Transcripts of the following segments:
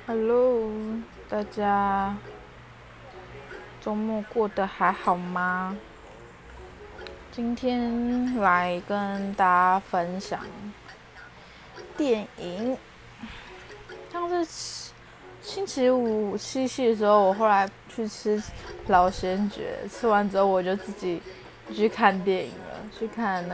Hello，大家周末过得还好吗？今天来跟大家分享电影。像是星期五七夕的时候，我后来去吃老仙爵，吃完之后我就自己去看电影了，去看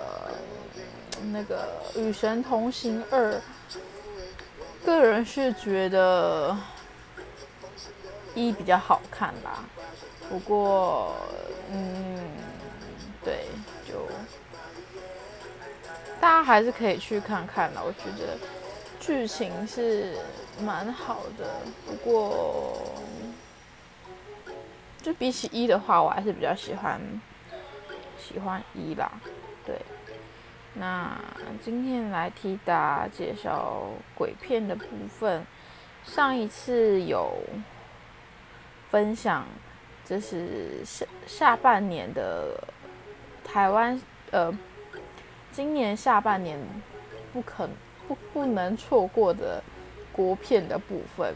那个《与神同行2》。个人是觉得一比较好看啦，不过对，就大家还是可以去看看啦。我觉得剧情是蛮好的，不过就比起一的话，我还是比较喜欢一啦。对，那今天来替大家介绍鬼片的部分。上一次有分享，这是下半年的台湾，今年下半年不能错过的国片的部分。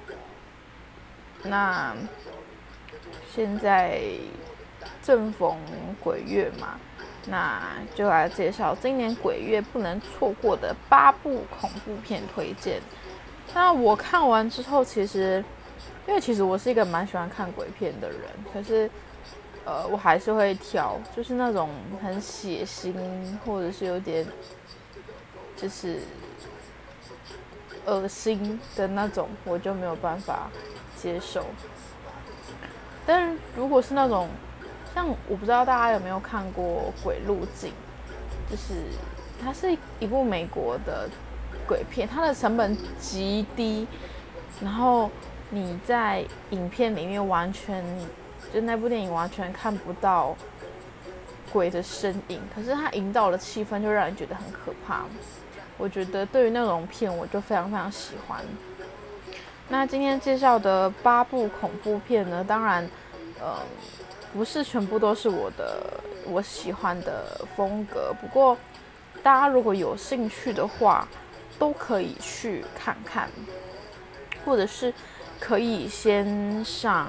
那现在正逢鬼月嘛，那就来介绍今年鬼月不能错过的8部恐怖片推荐。那我看完之后，因为其实我是一个蛮喜欢看鬼片的人，可是我还是会挑，就是那种很血腥或者是有点就是恶心的那种，我就没有办法接受。但是如果是那种像我不知道大家有没有看过《鬼入境》，就是它是一部美国的鬼片，它的成本极低，然后你在影片里面就那部电影完全看不到鬼的身影，可是它营造的气氛就让人觉得很可怕。我觉得对于那种片，我就非常非常喜欢。那今天介绍的8部恐怖片呢，当然，不是全部都是我喜欢的风格。不过，大家如果有兴趣的话，都可以去看看，或者是可以先上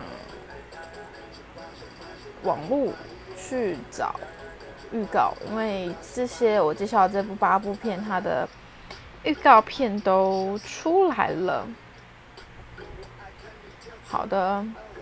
网络去找预告，因为这些我介绍的这部8部片，它的预告片都出来了。好的，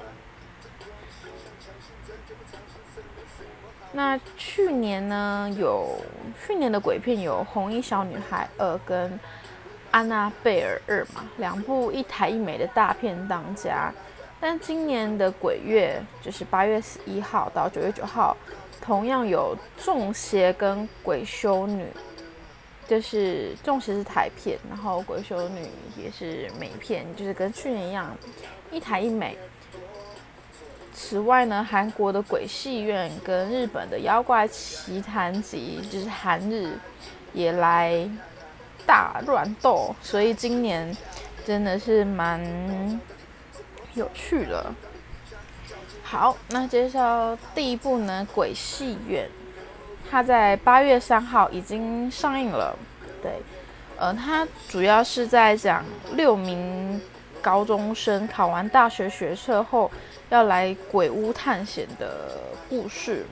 那去年的鬼片有《红衣小女孩2》跟《安娜贝尔2》嘛，两部一台一美的大片当家。但今年的鬼月就是8月11号到9月9号，同样有《中邪》跟《鬼修女》，就是《中邪》是台片，然后《鬼修女》也是美片，就是跟去年一样，一台一美。此外呢，韩国的鬼戏院跟日本的妖怪奇谭集，就是韩日，也来大乱斗，所以今年真的是蛮有趣的。好，那介绍第一部呢，《鬼戏院》，它在8月3号已经上映了。对，它主要是在讲6名高中生考完大学学测后要来鬼屋探险的故事。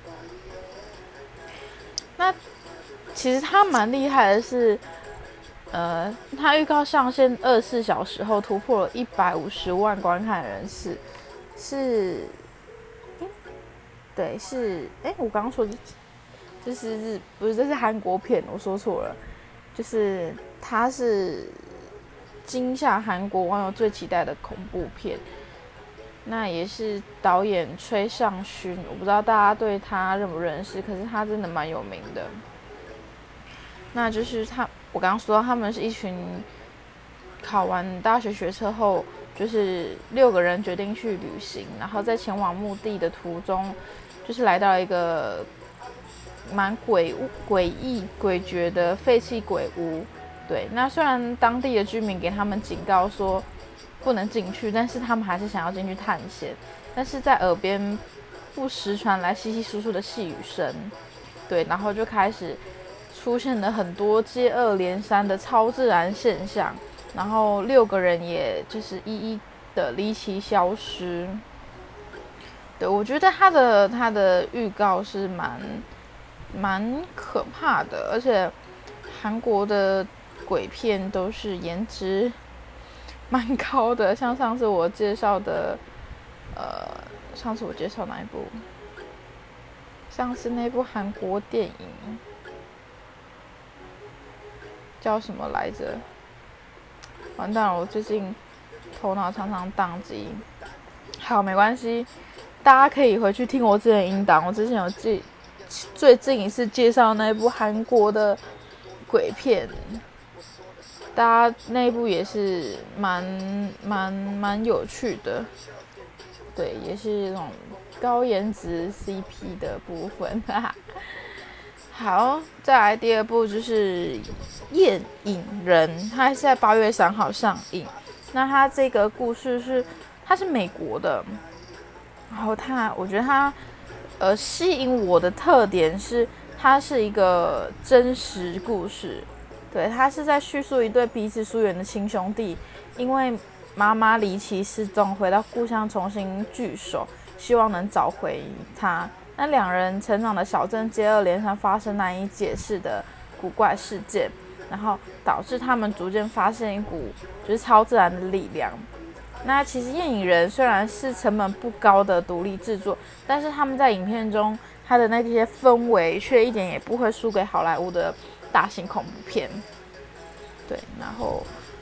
那其实它蛮厉害的是，它预告上线24小时后突破了150万观看人次，是，对，是，我刚刚说的，不是这是韩国片，我说错了，就是它是今夏韩国网友最期待的恐怖片。那也是导演崔尚勋，我不知道大家对他认不认识，可是他真的蛮有名的。那就是我刚刚说到他们是一群考完大学学测后，就是6个人决定去旅行，然后在前往目的的途中，就是来到一个蛮诡异诡谲的废弃鬼屋。对，那虽然当地的居民给他们警告说不能进去，但是他们还是想要进去探险。但是在耳边不时传来稀稀疏疏的细语声，对，然后就开始出现了很多接二连三的超自然现象， 然后6个人也就是一一的离奇消失。对，我觉得他的预告是蛮可怕的，而且韩国的鬼片都是颜值蛮高的，像上次我介绍的，上次我介绍哪一部？上次那部韩国电影叫什么来着？完蛋了，我最近头脑常常宕机。好，没关系，大家可以回去听我之前的音档。我之前有最近一次介绍那一部韩国的鬼片，大家那一部也是蛮有趣的。对，也是那种高颜值 CP 的部分。好，再来第2部就是《夜影人》，它是在8月3号上映。那它这个故事它是美国的，然后我觉得它吸引我的特点是它是一个真实故事。对，它是在叙述一对彼此疏远的亲兄弟，因为妈妈离奇失踪，回到故乡重新聚首，希望能找回她。那2人成长的小镇接二连三发生难以解释的古怪事件，然后导致他们逐渐发现一股就是超自然的力量。那其实《夜影人》虽然是成本不高的独立制作，但是他们在影片中他的那些氛围却一点也不会输给好莱坞的大型恐怖片。对，然后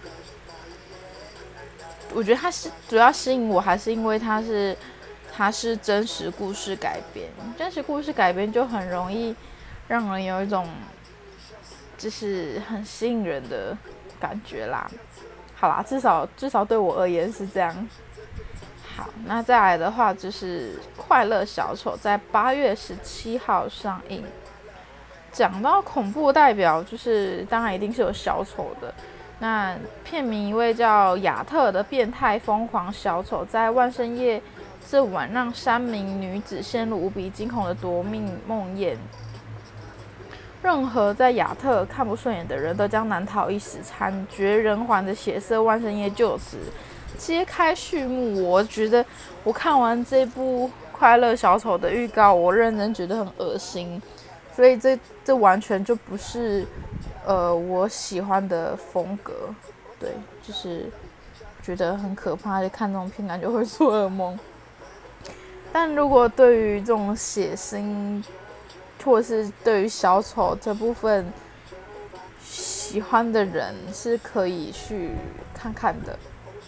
我觉得它是主要吸引我，还是因为它是真实故事改编。真实故事改编就很容易让人有一种就是很吸引人的感觉啦。好啦，至少对我而言是这样。好，那再来的话就是《快乐小丑》在8月17号上映。讲到恐怖代表，就是当然一定是有小丑的。那片名一位叫亚特的变态疯狂小丑，在万圣夜这晚让3名女子陷入无比惊恐的夺命梦魇。任何在亚特看不顺眼的人都将难逃一死，惨绝人寰的血色万圣夜就此揭开序幕。我觉得我看完这部《快乐小丑》的预告，我认真觉得很恶心，所以这完全就不是我喜欢的风格。对，就是觉得很可怕，就看这种片感觉会做噩梦。但如果对于这种血腥，或是对于小丑这部分喜欢的人，是可以去看看的。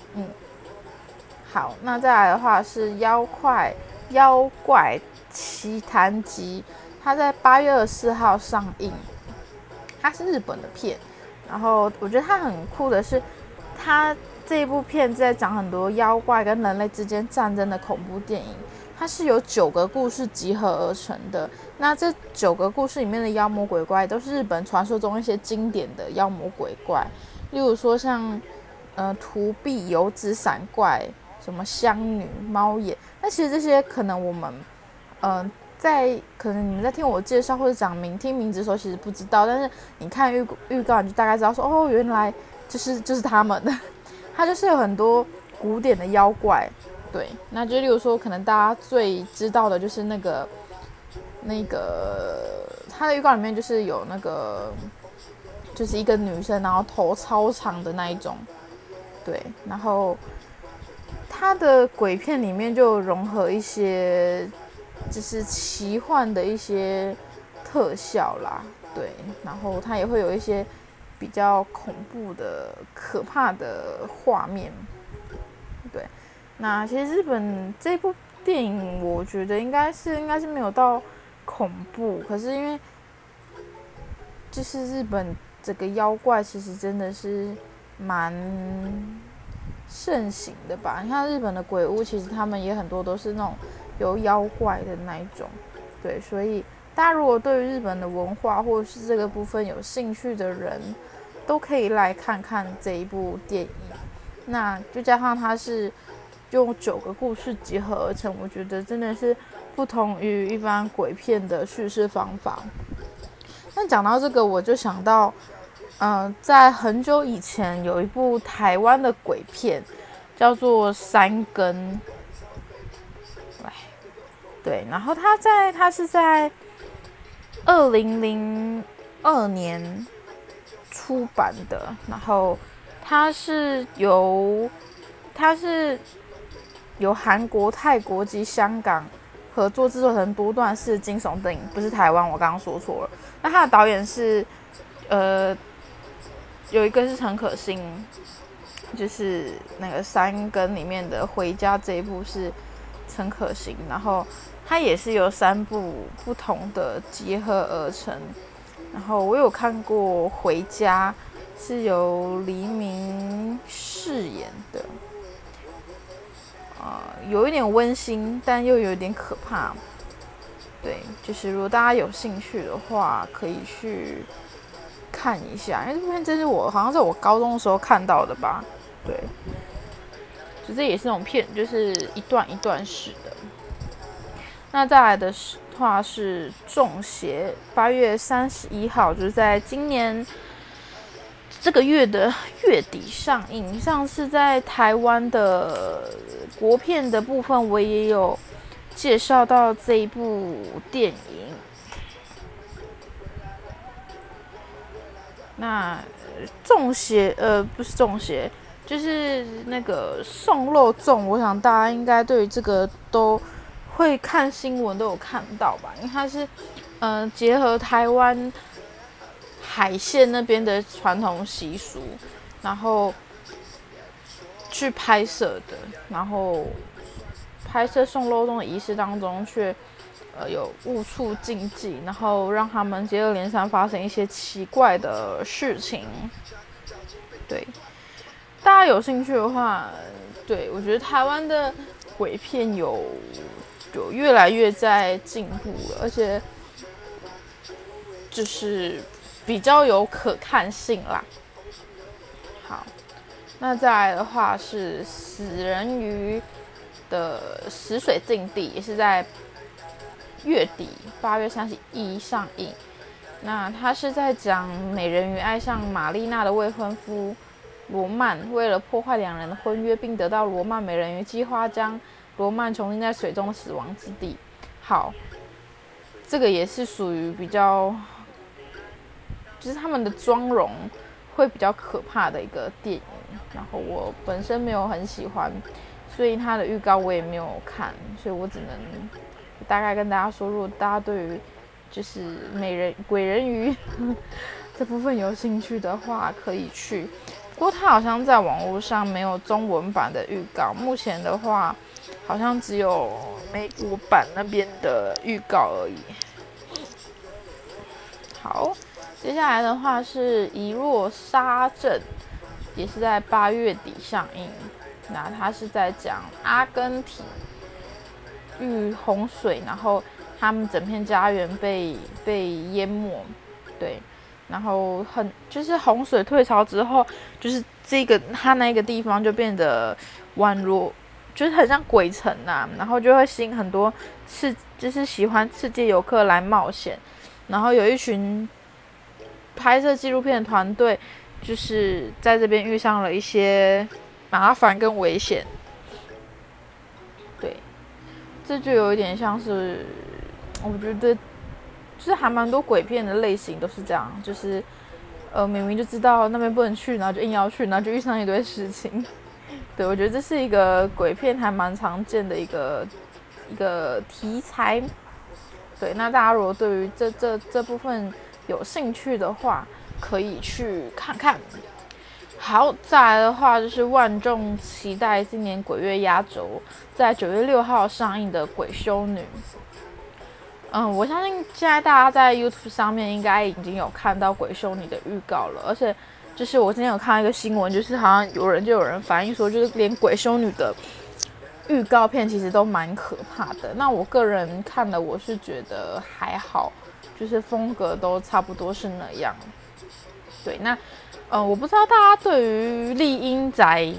好，那再来的话是妖怪奇谭集，它在8月24号上映。它是日本的片，然后我觉得它很酷的是，它这一部片在讲很多妖怪跟人类之间战争的恐怖电影。它是由9个故事集合而成的。那这9个故事里面的妖魔鬼怪都是日本传说中一些经典的妖魔鬼怪，例如说像土壁油纸伞怪、什么香女、猫眼。那其实这些可能我们可能你们在听我介绍或者听名字的时候其实不知道，但是你看预告你就大概知道说，哦，原来就是他们的。它就是有很多古典的妖怪。对，那就例如说可能大家最知道的就是那个它的预告里面就是有那个就是一个女生，然后头超长的那一种。对，然后它的鬼片里面就融合一些就是奇幻的一些特效啦。对，然后它也会有一些比较恐怖的可怕的画面。对，那其实日本这部电影我觉得应该是没有到恐怖，可是因为就是日本这个妖怪其实真的是蛮盛行的吧。你看日本的鬼屋，其实他们也很多都是那种有妖怪的那一种。对，所以大家如果对于日本的文化或者是这个部分有兴趣的人，都可以来看看这一部电影。那就加上它是用9个故事集合而成，我觉得真的是不同于一般鬼片的叙事方法。那讲到这个，我就想到在很久以前有一部台湾的鬼片，叫做《三更》。对，然后它是在2002年出版的，然后它是由韩国、泰国及香港合作制作成多段式惊悚电影，不是台湾，我刚刚说错了。那它的导演是有一个是陈可辛，就是那个《三更》里面的《回家》这一部是陈可辛，然后它也是由3部不同的结合而成。然后我有看过《回家》，是由黎明饰演的，有一点温馨，但又有点可怕。对，就是如果大家有兴趣的话，可以去看一下，因为这部片真是好像是我高中的时候看到的吧。对，就这也是那种片，就是一段一段式的。那再来的话是中邪，8月31号，就是在今年这个月的月底上映。上次在台湾的国片的部分，我也有介绍到这一部电影。那中邪，不是中邪，就是那个送肉粽。我想大家应该对于这个都会看新闻，都有看到吧？因为它是结合台湾海线那边的传统习俗，然后去拍摄的，然后拍摄送肉粽的仪式当中却有误触禁忌，然后让他们接二连三发生一些奇怪的事情。对，大家有兴趣的话，对，我觉得台湾的鬼片有越来越在进步了，而且就是比较有可看性啦。好，那再来的话是死人鱼的死水禁地，也是在月底8月31上映。那他是在讲美人鱼爱上玛丽娜的未婚夫罗曼，为了破坏2人的婚约，并得到罗曼美人鱼计划将罗曼囚禁在水中的死亡之地。好，这个也是属于比较，就是他们的妆容会比较可怕的一个电影。然后我本身没有很喜欢，所以他的预告我也没有看，所以我只能大概跟大家说，如果大家对于就是鬼人鱼这部分有兴趣的话，可以去。不过它好像在网络上没有中文版的预告，目前的话好像只有美国版那边的预告而已。好，接下来的话是遗落沙镇，也是在8月底上映。那它是在讲阿根廷遇洪水，然后他们整片家园被淹没。对，然后就是洪水退潮之后，就是它那个地方就变得宛如就是很像鬼城啊，然后就会吸引很多就是喜欢世界游客来冒险。然后有一群拍摄纪录片的团队，就是在这边遇上了一些麻烦跟危险。对，这就有一点像是，我觉得就是还蛮多鬼片的类型都是这样，就是明明就知道那边不能去，然后就硬要去，然后就遇上一堆事情。对，我觉得这是一个鬼片还蛮常见的一个题材。对，那大家如果对于这部分有兴趣的话，可以去看看。好，再来的话就是万众期待今年鬼月压轴，在9月6号上映的《鬼修女》。我相信现在大家在 YouTube 上面应该已经有看到《鬼修女》的预告了，而且就是我之前有看到一个新闻，就是好像有人反映说，就是连《鬼修女》的预告片其实都蛮可怕的。那我个人看了，我是觉得还好，就是风格都差不多是那样。对，那我不知道大家对于丽英宅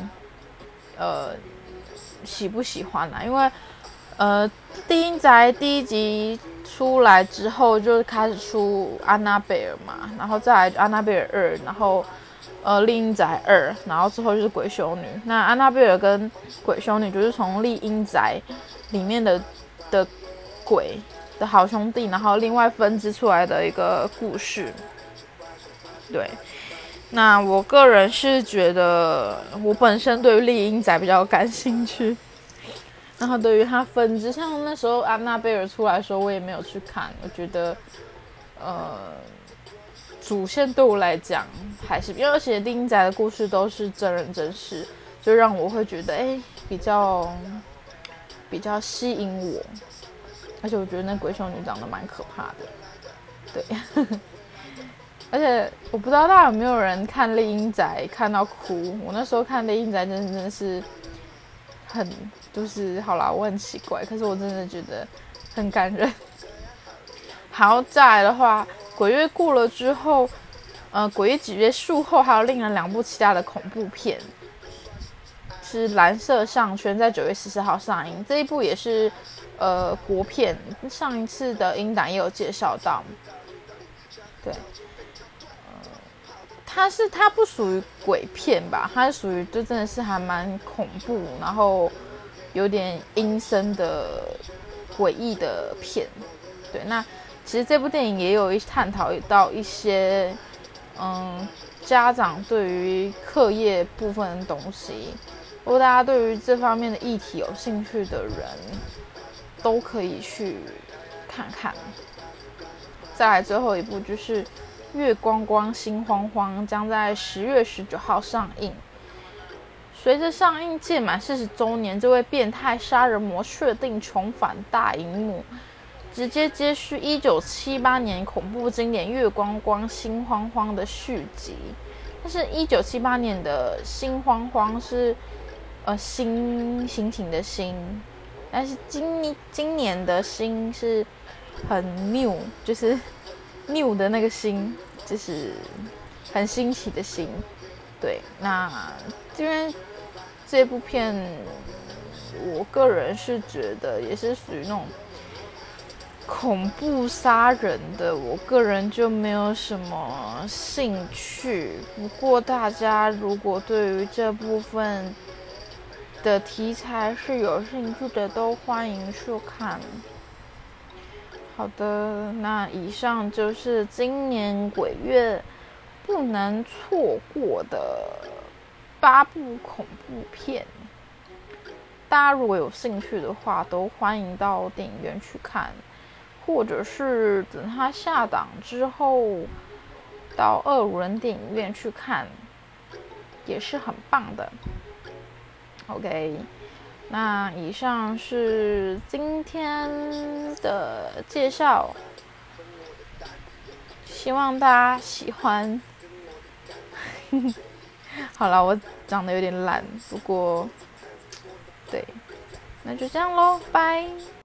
喜不喜欢啊？因为丽英宅第1集出来之后就开始出安娜贝尔嘛，然后再来安娜贝尔2，然后丽英宅2，然后之后就是鬼修女。那安娜贝尔跟鬼修女就是从丽英宅里面的鬼的好兄弟，然后另外分支出来的一个故事。对，那我个人是觉得我本身对于丽英宅比较感兴趣。然后对于它分支，像那时候安娜贝尔出来的时候，我也没有去看。我觉得，主线对我来讲还是，因为而且丽英宅的故事都是真人真事，就让我会觉得，比较吸引我。而且我觉得那鬼修女长得蛮可怕的，对。而且我不知道大家有没有人看丽英宅看到哭。我那时候看丽英宅真的是很。就是好啦，我很奇怪，可是我真的觉得很感人。好，再来的话，鬼月过了之后，鬼月几月术后还有另外2部其他的恐怖片，是蓝色项圈在9月14号上映，这一部也是国片，上一次的音档也有介绍到，对。它不属于鬼片吧，它是属于就真的是还蛮恐怖，然后有点阴森的诡异的片。对，那其实这部电影也有探讨到一些家长对于课业部分的东西。如果大家对于这方面的议题有兴趣的人，都可以去看看。再来最后一部就是月光光心慌慌，将在10月19号上映。随着上映届满40周年，这位变态杀人魔确定重返大荧幕，直接接续1978年恐怖经典《月光光心慌慌》的续集。但是1978年的心慌慌是心情的心，但是今年的心是很 new， 就是 new 的那个心，就是很新奇的心。对，那因为这部片，我个人是觉得也是属于那种恐怖杀人的，我个人就没有什么兴趣。不过大家如果对于这部分的题材是有兴趣的，都欢迎去看。好的，那以上就是今年鬼月不能错过的8部恐怖片。大家如果有兴趣的话，都欢迎到电影院去看，或者是等它下档之后到2轮电影院去看，也是很棒的。OK， 那以上是今天的介绍，希望大家喜欢。好了，我讲的有点懒，不过对，那就这样咯，拜。